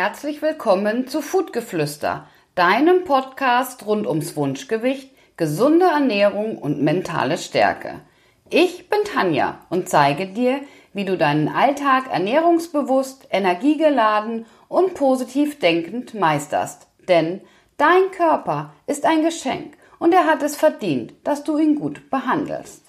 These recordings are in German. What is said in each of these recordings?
herzlich willkommen zu Foodgeflüster, deinem Podcast rund ums Wunschgewicht, gesunde Ernährung und mentale Stärke. Ich bin Tanja und zeige dir, wie du deinen Alltag ernährungsbewusst, energiegeladen und positiv denkend meisterst. Denn dein Körper ist ein Geschenk und er hat es verdient, dass du ihn gut behandelst.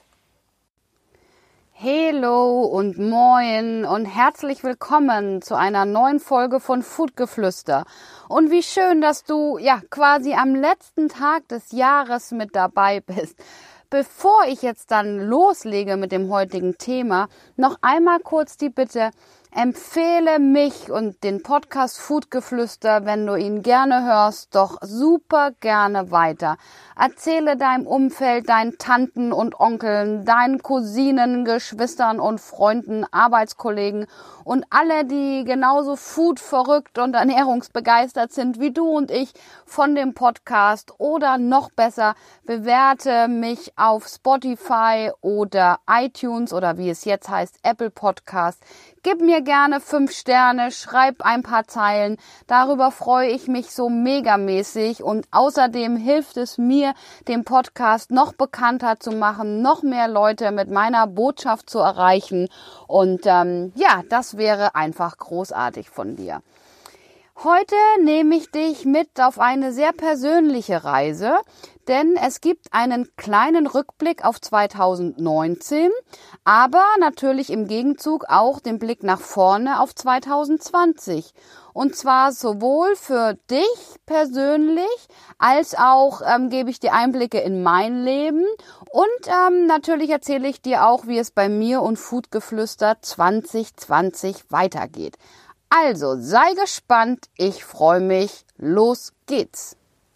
Hello und moin und herzlich willkommen zu einer neuen Folge von Foodgeflüster. Und wie schön, dass du quasi am letzten Tag des Jahres mit dabei bist. Bevor ich jetzt dann loslege mit dem heutigen Thema, noch einmal kurz die Bitte: Empfehle mich und den Podcast Foodgeflüster, wenn du ihn gerne hörst, doch super gerne weiter. Erzähle deinem Umfeld, deinen Tanten und Onkeln, deinen Cousinen, Geschwistern und Freunden, Arbeitskollegen und alle, die genauso foodverrückt und ernährungsbegeistert sind wie du und ich von dem Podcast, oder noch besser, bewerte mich auf Spotify oder iTunes oder wie es jetzt heißt, Apple Podcast. Gib mir gerne 5 Sterne, schreib ein paar Zeilen, darüber freue ich mich so megamäßig und außerdem hilft es mir, den Podcast noch bekannter zu machen, noch mehr Leute mit meiner Botschaft zu erreichen und das wäre einfach großartig von dir. Heute nehme ich dich mit auf eine sehr persönliche Reise, denn es gibt einen kleinen Rückblick auf 2019, aber natürlich im Gegenzug auch den Blick nach vorne auf 2020. Und zwar sowohl für dich persönlich, als auch gebe ich dir Einblicke in mein Leben und natürlich erzähle ich dir auch, wie es bei mir und Foodgeflüster 2020 weitergeht. Also sei gespannt, ich freue mich, los geht's!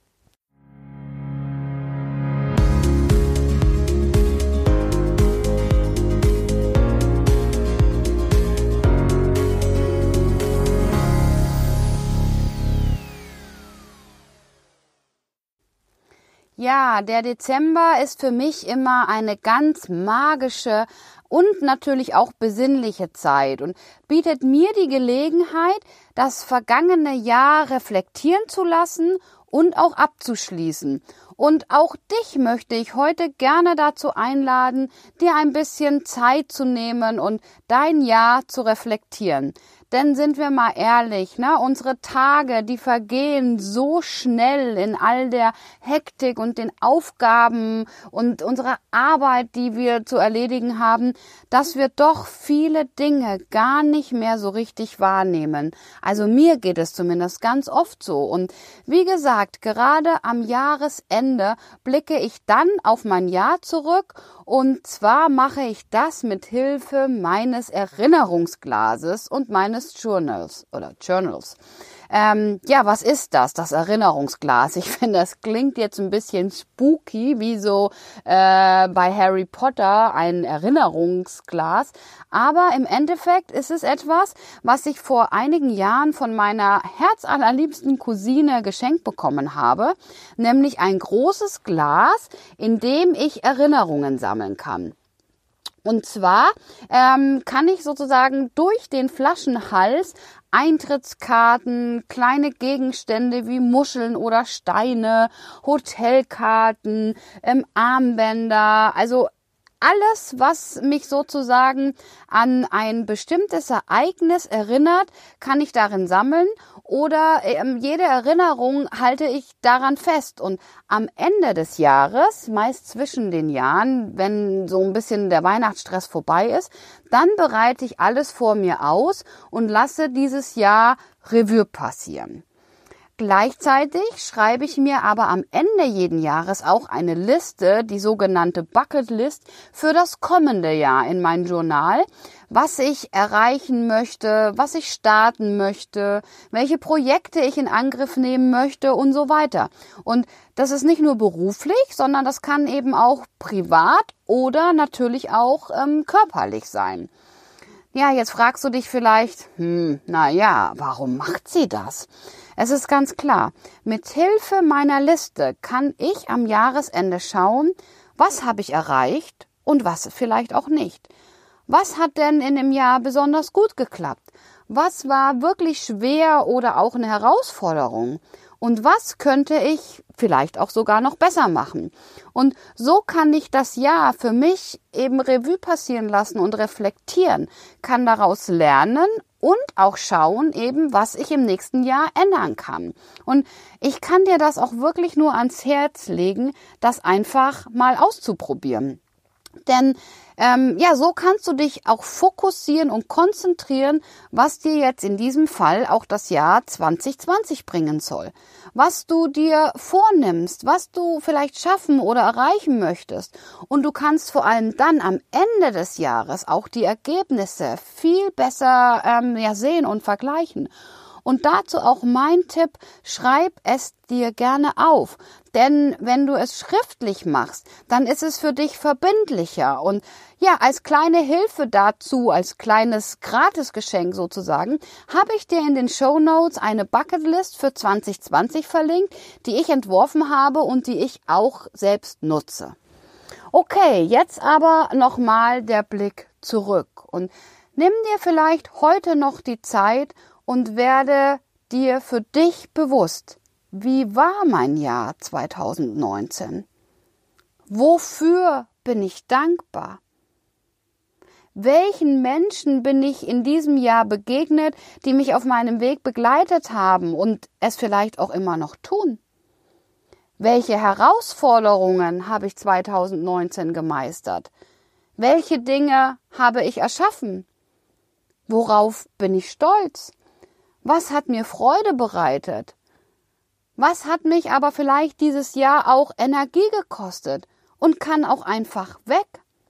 Ja, der Dezember ist für mich immer eine ganz magische und natürlich auch besinnliche Zeit und bietet mir die Gelegenheit, das vergangene Jahr reflektieren zu lassen und auch abzuschließen. Und auch dich möchte ich heute gerne dazu einladen, dir ein bisschen Zeit zu nehmen und dein Jahr zu reflektieren. Denn sind wir mal ehrlich, unsere Tage, die vergehen so schnell in all der Hektik und den Aufgaben und unserer Arbeit, die wir zu erledigen haben, dass wir doch viele Dinge gar nicht mehr so richtig wahrnehmen. Also mir geht es zumindest ganz oft so. Und wie gesagt, gerade am Jahresende blicke ich dann auf mein Jahr zurück. Und zwar mache ich das mit Hilfe meines Erinnerungsglases und meines Journals. Was ist das? Das Erinnerungsglas. Ich finde, das klingt jetzt ein bisschen spooky, wie so bei Harry Potter ein Erinnerungsglas. Aber im Endeffekt ist es etwas, was ich vor einigen Jahren von meiner herzallerliebsten Cousine geschenkt bekommen habe. Nämlich ein großes Glas, in dem ich Erinnerungen sammeln kann. Und zwar kann ich sozusagen durch den Flaschenhals Eintrittskarten, kleine Gegenstände wie Muscheln oder Steine, Hotelkarten, Armbänder, also alles, was mich sozusagen an ein bestimmtes Ereignis erinnert, kann ich darin sammeln oder jede Erinnerung halte ich daran fest. Und am Ende des Jahres, meist zwischen den Jahren, wenn so ein bisschen der Weihnachtsstress vorbei ist, dann bereite ich alles vor mir aus und lasse dieses Jahr Revue passieren. Gleichzeitig schreibe ich mir aber am Ende jeden Jahres auch eine Liste, die sogenannte Bucketlist, für das kommende Jahr in mein Journal, was ich erreichen möchte, was ich starten möchte, welche Projekte ich in Angriff nehmen möchte und so weiter. Und das ist nicht nur beruflich, sondern das kann eben auch privat oder natürlich auch körperlich sein. Ja, jetzt fragst du dich vielleicht, warum macht sie das? Es ist ganz klar, mit Hilfe meiner Liste kann ich am Jahresende schauen, was habe ich erreicht und was vielleicht auch nicht. Was hat denn in dem Jahr besonders gut geklappt? Was war wirklich schwer oder auch eine Herausforderung? Und was könnte ich vielleicht auch sogar noch besser machen? Und so kann ich das Jahr für mich eben Revue passieren lassen und reflektieren, kann daraus lernen und auch schauen eben, was ich im nächsten Jahr ändern kann. Und ich kann dir das auch wirklich nur ans Herz legen, das einfach mal auszuprobieren. Denn so kannst du dich auch fokussieren und konzentrieren, was dir jetzt in diesem Fall auch das Jahr 2020 bringen soll. Was du dir vornimmst, was du vielleicht schaffen oder erreichen möchtest. Und du kannst vor allem dann am Ende des Jahres auch die Ergebnisse viel besser sehen und vergleichen. Und dazu auch mein Tipp, schreib es dir gerne auf. Denn wenn du es schriftlich machst, dann ist es für dich verbindlicher. Und ja, als kleine Hilfe dazu, als kleines Gratisgeschenk sozusagen, habe ich dir in den Shownotes eine Bucketlist für 2020 verlinkt, die ich entworfen habe und die ich auch selbst nutze. Okay, jetzt aber nochmal der Blick zurück. Und nimm dir vielleicht heute noch die Zeit und werde dir für dich bewusst, wie war mein Jahr 2019? Wofür bin ich dankbar? Welchen Menschen bin ich in diesem Jahr begegnet, die mich auf meinem Weg begleitet haben und es vielleicht auch immer noch tun? Welche Herausforderungen habe ich 2019 gemeistert? Welche Dinge habe ich erschaffen? Worauf bin ich stolz? Was hat mir Freude bereitet? Was hat mich aber vielleicht dieses Jahr auch Energie gekostet und kann auch einfach weg?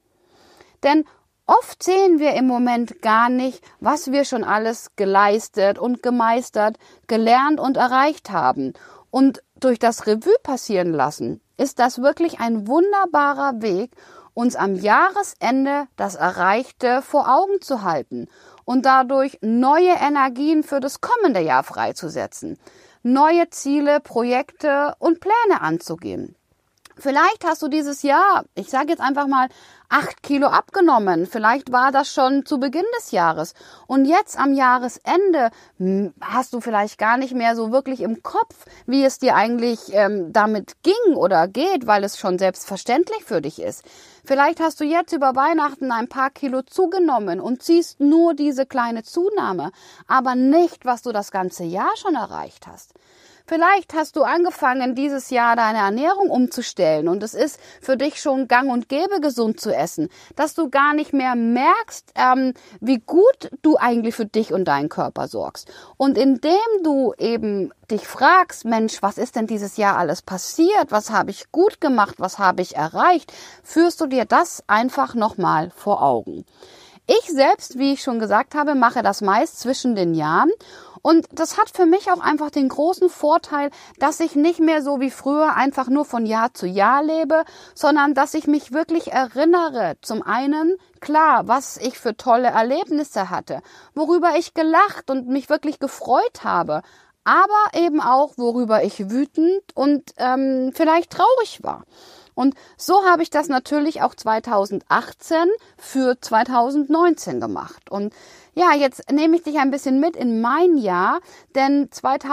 Denn oft sehen wir im Moment gar nicht, was wir schon alles geleistet und gemeistert, gelernt und erreicht haben. Und durch das Revue passieren lassen ist das wirklich ein wunderbarer Weg, uns am Jahresende das Erreichte vor Augen zu halten und dadurch neue Energien für das kommende Jahr freizusetzen, neue Ziele, Projekte und Pläne anzugehen. Vielleicht hast du dieses Jahr, ich sage jetzt einfach mal, 8 Kilo abgenommen. Vielleicht war das schon zu Beginn des Jahres. Und jetzt am Jahresende hast du vielleicht gar nicht mehr so wirklich im Kopf, wie es dir eigentlich damit ging oder geht, weil es schon selbstverständlich für dich ist. Vielleicht hast du jetzt über Weihnachten ein paar Kilo zugenommen und siehst nur diese kleine Zunahme, aber nicht, was du das ganze Jahr schon erreicht hast. Vielleicht hast du angefangen, dieses Jahr deine Ernährung umzustellen und es ist für dich schon gang und gäbe, gesund zu essen, dass du gar nicht mehr merkst, wie gut du eigentlich für dich und deinen Körper sorgst. Und indem du eben dich fragst, Mensch, was ist denn dieses Jahr alles passiert? Was habe ich gut gemacht? Was habe ich erreicht? Führst du dir das einfach nochmal vor Augen. Ich selbst, wie ich schon gesagt habe, mache das meist zwischen den Jahren. Und das hat für mich auch einfach den großen Vorteil, dass ich nicht mehr so wie früher einfach nur von Jahr zu Jahr lebe, sondern dass ich mich wirklich erinnere. Zum einen, klar, was ich für tolle Erlebnisse hatte, worüber ich gelacht und mich wirklich gefreut habe, aber eben auch, worüber ich wütend und vielleicht traurig war. Und so habe ich das natürlich auch 2018 für 2019 gemacht. Und ja, jetzt nehme ich dich ein bisschen mit in mein Jahr, denn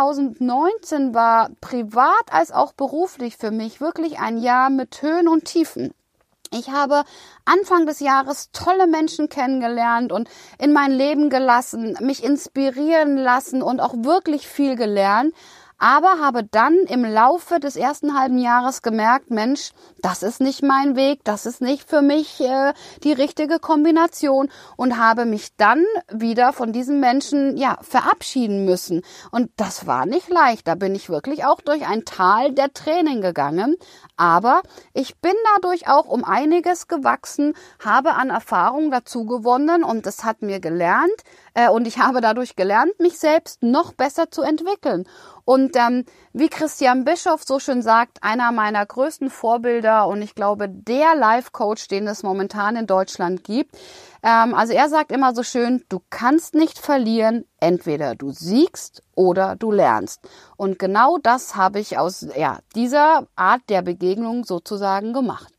2019 war privat als auch beruflich für mich wirklich ein Jahr mit Höhen und Tiefen. Ich habe Anfang des Jahres tolle Menschen kennengelernt und in mein Leben gelassen, mich inspirieren lassen und auch wirklich viel gelernt. Aber habe dann im Laufe des ersten halben Jahres gemerkt, Mensch, das ist nicht mein Weg, das ist nicht für mich die richtige Kombination und habe mich dann wieder von diesen Menschen verabschieden müssen. Und das war nicht leicht, da bin ich wirklich auch durch ein Tal der Tränen gegangen. Aber ich bin dadurch auch um einiges gewachsen, habe an Erfahrung dazu gewonnen und das hat mir gelernt und ich habe dadurch gelernt, mich selbst noch besser zu entwickeln. Und wie Christian Bischoff so schön sagt, einer meiner größten Vorbilder und ich glaube der Life-Coach, den es momentan in Deutschland gibt. Also er sagt immer so schön, du kannst nicht verlieren, entweder du siegst oder du lernst. Und genau das habe ich aus dieser Art der Begegnung sozusagen gemacht.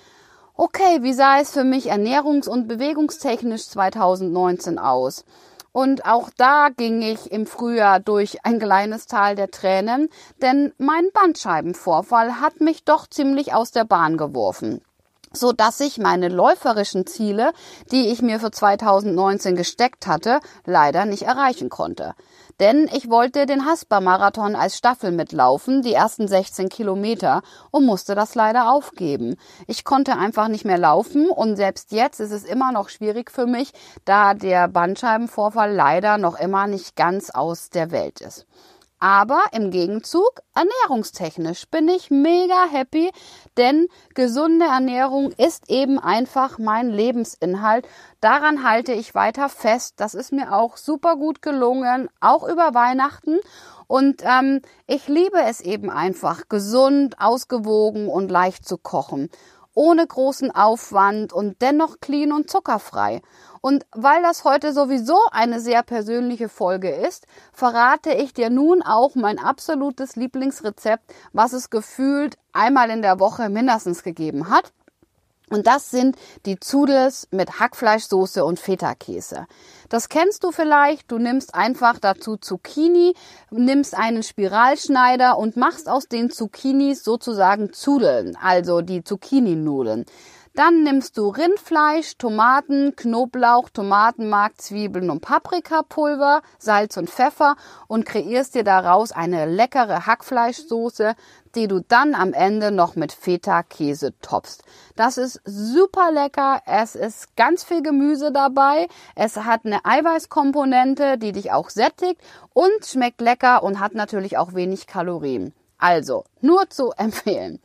Okay, wie sah es für mich ernährungs- und bewegungstechnisch 2019 aus? Und auch da ging ich im Frühjahr durch ein kleines Tal der Tränen, denn mein Bandscheibenvorfall hat mich doch ziemlich aus der Bahn geworfen, so dass ich meine läuferischen Ziele, die ich mir für 2019 gesteckt hatte, leider nicht erreichen konnte. Denn ich wollte den Haspa-Marathon als Staffel mitlaufen, die ersten 16 Kilometer, und musste das leider aufgeben. Ich konnte einfach nicht mehr laufen und selbst jetzt ist es immer noch schwierig für mich, da der Bandscheibenvorfall leider noch immer nicht ganz aus der Welt ist. Aber im Gegenzug, ernährungstechnisch bin ich mega happy, denn gesunde Ernährung ist eben einfach mein Lebensinhalt. Daran halte ich weiter fest. Das ist mir auch super gut gelungen, auch über Weihnachten. Und ich liebe es eben einfach, gesund, ausgewogen und leicht zu kochen. Ohne großen Aufwand und dennoch clean und zuckerfrei. Und weil das heute sowieso eine sehr persönliche Folge ist, verrate ich dir nun auch mein absolutes Lieblingsrezept, was es gefühlt einmal in der Woche mindestens gegeben hat. Und das sind die Zoodles mit Hackfleischsoße und Feta-Käse. Das kennst du vielleicht. Du nimmst einfach dazu Zucchini, nimmst einen Spiralschneider und machst aus den Zucchinis sozusagen Zoodlen, also die Zucchini-Nudeln. Dann nimmst du Rindfleisch, Tomaten, Knoblauch, Tomatenmark, Zwiebeln und Paprikapulver, Salz und Pfeffer und kreierst dir daraus eine leckere Hackfleischsoße, die du dann am Ende noch mit Feta-Käse toppst. Das ist super lecker, es ist ganz viel Gemüse dabei, es hat eine Eiweißkomponente, die dich auch sättigt und schmeckt lecker und hat natürlich auch wenig Kalorien. Also, nur zu empfehlen.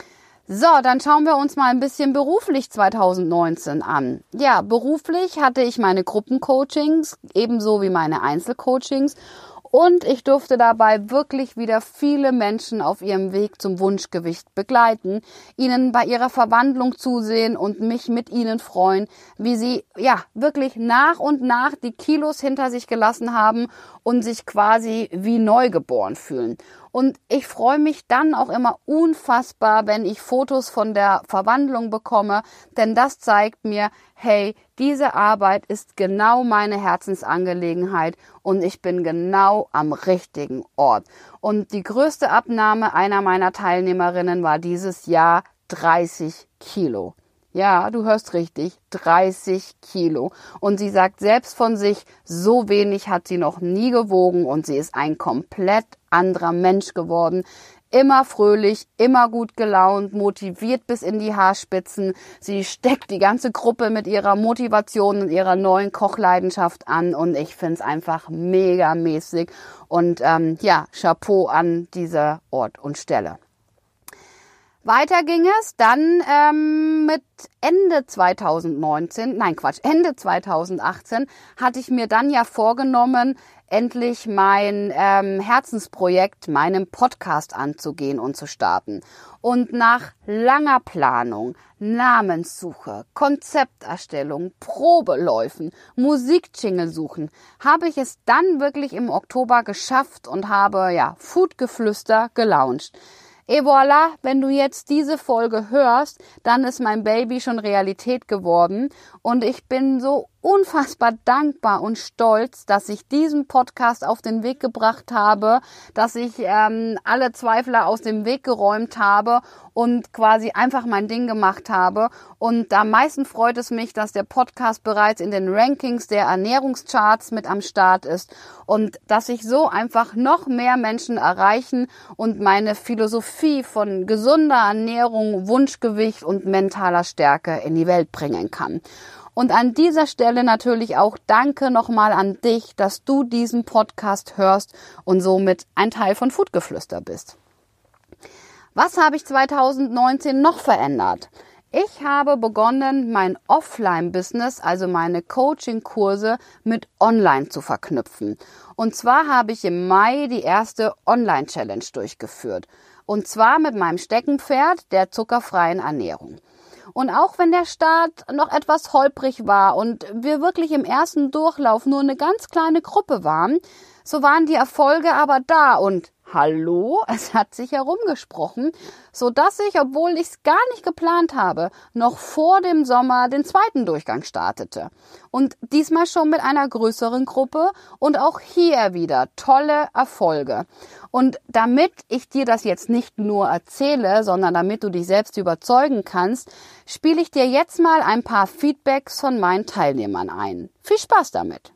So, dann schauen wir uns mal ein bisschen beruflich 2019 an. Ja, beruflich hatte ich meine Gruppencoachings, ebenso wie meine Einzelcoachings. Und ich durfte dabei wirklich wieder viele Menschen auf ihrem Weg zum Wunschgewicht begleiten, ihnen bei ihrer Verwandlung zusehen und mich mit ihnen freuen, wie sie wirklich nach und nach die Kilos hinter sich gelassen haben und sich quasi wie neugeboren fühlen. Und ich freue mich dann auch immer unfassbar, wenn ich Fotos von der Verwandlung bekomme, denn das zeigt mir, hey, diese Arbeit ist genau meine Herzensangelegenheit und ich bin genau am richtigen Ort. Und die größte Abnahme einer meiner Teilnehmerinnen war dieses Jahr 30 Kilo. Ja, du hörst richtig, 30 Kilo. Und sie sagt selbst von sich, so wenig hat sie noch nie gewogen und sie ist ein komplett anderer Mensch geworden. Immer fröhlich, immer gut gelaunt, motiviert bis in die Haarspitzen. Sie steckt die ganze Gruppe mit ihrer Motivation und ihrer neuen Kochleidenschaft an und ich finde es einfach mega mäßig. Und Chapeau an dieser Ort und Stelle. Weiter ging es dann mit Ende 2018 hatte ich mir dann ja vorgenommen, endlich mein Herzensprojekt, meinen Podcast anzugehen und zu starten. Und nach langer Planung, Namenssuche, Konzepterstellung, Probeläufen, Musikjingle suchen, habe ich es dann wirklich im Oktober geschafft und habe Foodgeflüster gelauncht. Et voilà, wenn du jetzt diese Folge hörst, dann ist mein Baby schon Realität geworden und ich bin so unfassbar dankbar und stolz, dass ich diesen Podcast auf den Weg gebracht habe, dass ich alle Zweifler aus dem Weg geräumt habe und quasi einfach mein Ding gemacht habe. Und am meisten freut es mich, dass der Podcast bereits in den Rankings der Ernährungscharts mit am Start ist und dass ich so einfach noch mehr Menschen erreichen und meine Philosophie von gesunder Ernährung, Wunschgewicht und mentaler Stärke in die Welt bringen kann. Und an dieser Stelle natürlich auch danke nochmal an dich, dass du diesen Podcast hörst und somit ein Teil von Foodgeflüster bist. Was habe ich 2019 noch verändert? Ich habe begonnen, mein Offline-Business, also meine Coaching-Kurse, mit Online zu verknüpfen. Und zwar habe ich im Mai die erste Online-Challenge durchgeführt. Und zwar mit meinem Steckenpferd der zuckerfreien Ernährung. Und auch wenn der Start noch etwas holprig war und wir wirklich im ersten Durchlauf nur eine ganz kleine Gruppe waren, so waren die Erfolge aber da und hallo, es hat sich herumgesprochen, sodass ich, obwohl ich es gar nicht geplant habe, noch vor dem Sommer den zweiten Durchgang startete. Und diesmal schon mit einer größeren Gruppe und auch hier wieder tolle Erfolge. Und damit ich dir das jetzt nicht nur erzähle, sondern damit du dich selbst überzeugen kannst, spiele ich dir jetzt mal ein paar Feedbacks von meinen Teilnehmern ein. Viel Spaß damit!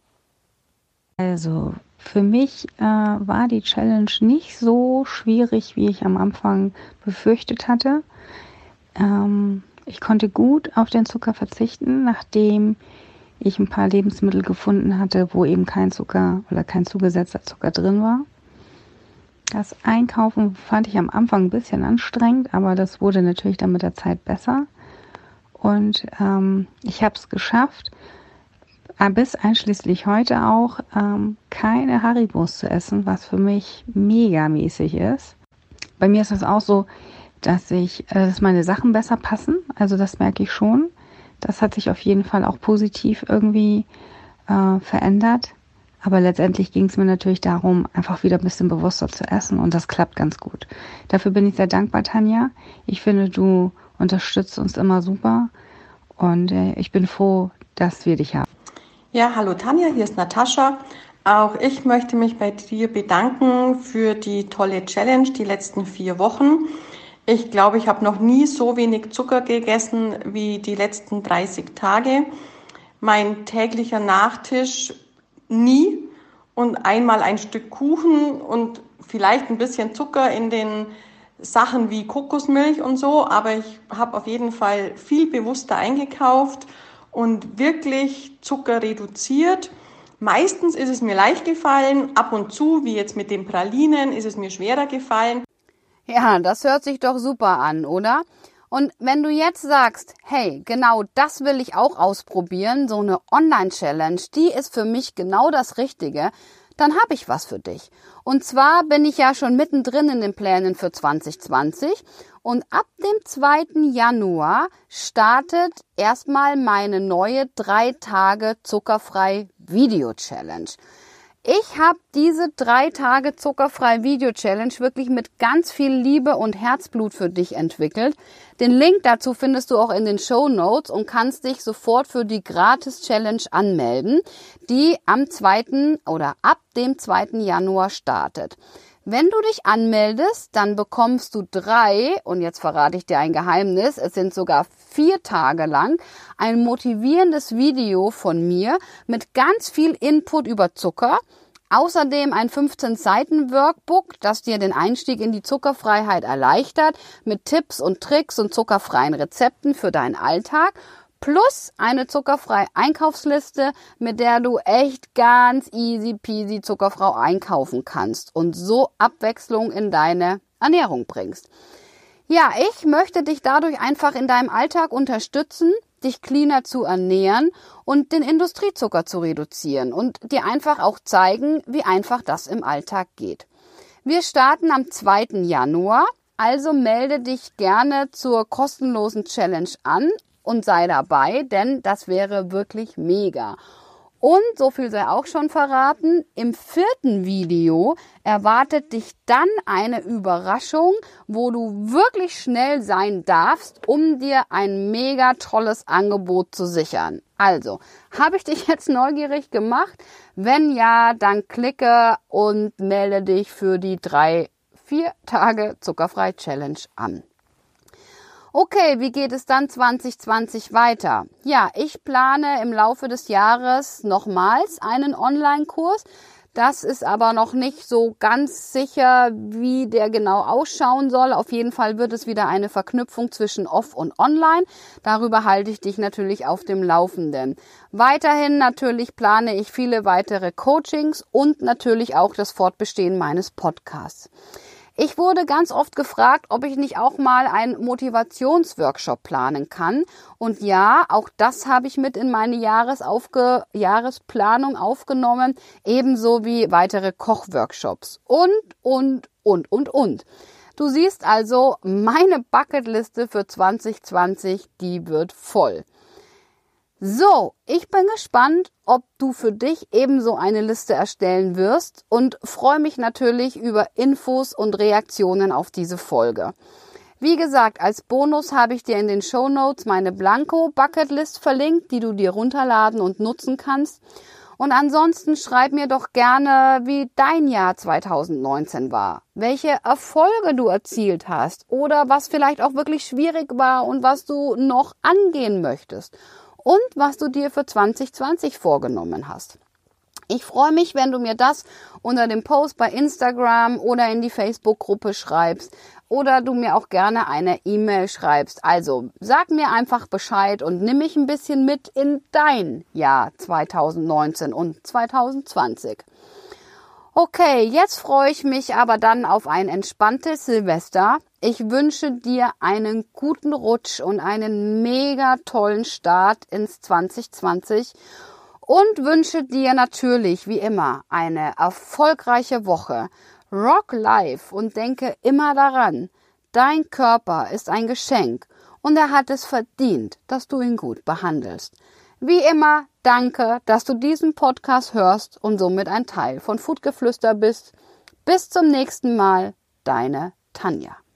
Also für mich war die Challenge nicht so schwierig, wie ich am Anfang befürchtet hatte. Ich konnte gut auf den Zucker verzichten, nachdem ich ein paar Lebensmittel gefunden hatte, wo eben kein Zucker oder kein zugesetzter Zucker drin war. Das Einkaufen fand ich am Anfang ein bisschen anstrengend, aber das wurde natürlich dann mit der Zeit besser. Und ich habe es geschafft, bis einschließlich heute auch keine Haribos zu essen, was für mich megamäßig ist. Bei mir ist es auch so, dass meine Sachen besser passen. Also das merke ich schon. Das hat sich auf jeden Fall auch positiv irgendwie verändert. Aber letztendlich ging es mir natürlich darum, einfach wieder ein bisschen bewusster zu essen. Und das klappt ganz gut. Dafür bin ich sehr dankbar, Tanja. Ich finde, du unterstützt uns immer super. Und ich bin froh, dass wir dich haben. Ja, hallo Tanja, hier ist Natascha. Auch ich möchte mich bei dir bedanken für die tolle Challenge die letzten 4 Wochen. Ich glaube, ich habe noch nie so wenig Zucker gegessen wie die letzten 30 Tage. Mein täglicher Nachtisch nie und einmal ein Stück Kuchen und vielleicht ein bisschen Zucker in den Sachen wie Kokosmilch und so. Aber ich habe auf jeden Fall viel bewusster eingekauft und wirklich Zucker reduziert. Meistens ist es mir leicht gefallen, ab und zu, wie jetzt mit den Pralinen, ist es mir schwerer gefallen. Ja, das hört sich doch super an, oder? Und wenn du jetzt sagst, hey, genau das will ich auch ausprobieren, so eine Online-Challenge, die ist für mich genau das Richtige, dann habe ich was für dich. Und zwar bin ich ja schon mittendrin in den Plänen für 2020 und ab dem 2. Januar startet erstmal meine neue 3 Tage zuckerfrei Video-Challenge. Ich habe diese 3 Tage zuckerfrei Video-Challenge wirklich mit ganz viel Liebe und Herzblut für dich entwickelt. Den Link dazu findest du auch in den Shownotes und kannst dich sofort für die Gratis-Challenge anmelden, die am 2. oder ab dem 2. Januar startet. Wenn du dich anmeldest, dann bekommst du 3, und jetzt verrate ich dir ein Geheimnis, es sind sogar 4 Tage lang, ein motivierendes Video von mir mit ganz viel Input über Zucker. Außerdem ein 15-Seiten-Workbook, das dir den Einstieg in die Zuckerfreiheit erleichtert, mit Tipps und Tricks und zuckerfreien Rezepten für deinen Alltag. Plus eine zuckerfreie Einkaufsliste, mit der du echt ganz easy peasy zuckerfrei einkaufen kannst und so Abwechslung in deine Ernährung bringst. Ja, ich möchte dich dadurch einfach in deinem Alltag unterstützen, dich cleaner zu ernähren und den Industriezucker zu reduzieren und dir einfach auch zeigen, wie einfach das im Alltag geht. Wir starten am 2. Januar, also melde dich gerne zur kostenlosen Challenge an und sei dabei, denn das wäre wirklich mega. Und, so viel sei auch schon verraten, im 4. Video erwartet dich dann eine Überraschung, wo du wirklich schnell sein darfst, um dir ein mega tolles Angebot zu sichern. Also, habe ich dich jetzt neugierig gemacht? Wenn ja, dann klicke und melde dich für die 4 Tage zuckerfrei Challenge an. Okay, wie geht es dann 2020 weiter? Ja, ich plane im Laufe des Jahres nochmals einen Online-Kurs. Das ist aber noch nicht so ganz sicher, wie der genau ausschauen soll. Auf jeden Fall wird es wieder eine Verknüpfung zwischen Off und Online. Darüber halte ich dich natürlich auf dem Laufenden. Weiterhin natürlich plane ich viele weitere Coachings und natürlich auch das Fortbestehen meines Podcasts. Ich wurde ganz oft gefragt, ob ich nicht auch mal einen Motivationsworkshop planen kann. Und ja, auch das habe ich mit in meine Jahresplanung aufgenommen, ebenso wie weitere Kochworkshops und. Du siehst also, meine Bucketliste für 2020, die wird voll. So, ich bin gespannt, ob du für dich ebenso eine Liste erstellen wirst und freue mich natürlich über Infos und Reaktionen auf diese Folge. Wie gesagt, als Bonus habe ich dir in den Shownotes meine Blanko-Bucketlist verlinkt, die du dir runterladen und nutzen kannst. Und ansonsten schreib mir doch gerne, wie dein Jahr 2019 war, welche Erfolge du erzielt hast oder was vielleicht auch wirklich schwierig war und was du noch angehen möchtest und was du dir für 2020 vorgenommen hast. Ich freue mich, wenn du mir das unter dem Post bei Instagram oder in die Facebook-Gruppe schreibst oder du mir auch gerne eine E-Mail schreibst. Also sag mir einfach Bescheid und nimm mich ein bisschen mit in dein Jahr 2019 und 2020. Okay, jetzt freue ich mich aber dann auf ein entspanntes Silvester. Ich wünsche dir einen guten Rutsch und einen mega tollen Start ins 2020 und wünsche dir natürlich, wie immer, eine erfolgreiche Woche. Rock life und denke immer daran, dein Körper ist ein Geschenk und er hat es verdient, dass du ihn gut behandelst. Wie immer, danke, dass du diesen Podcast hörst und somit ein Teil von Foodgeflüster bist. Bis zum nächsten Mal, deine Tanja.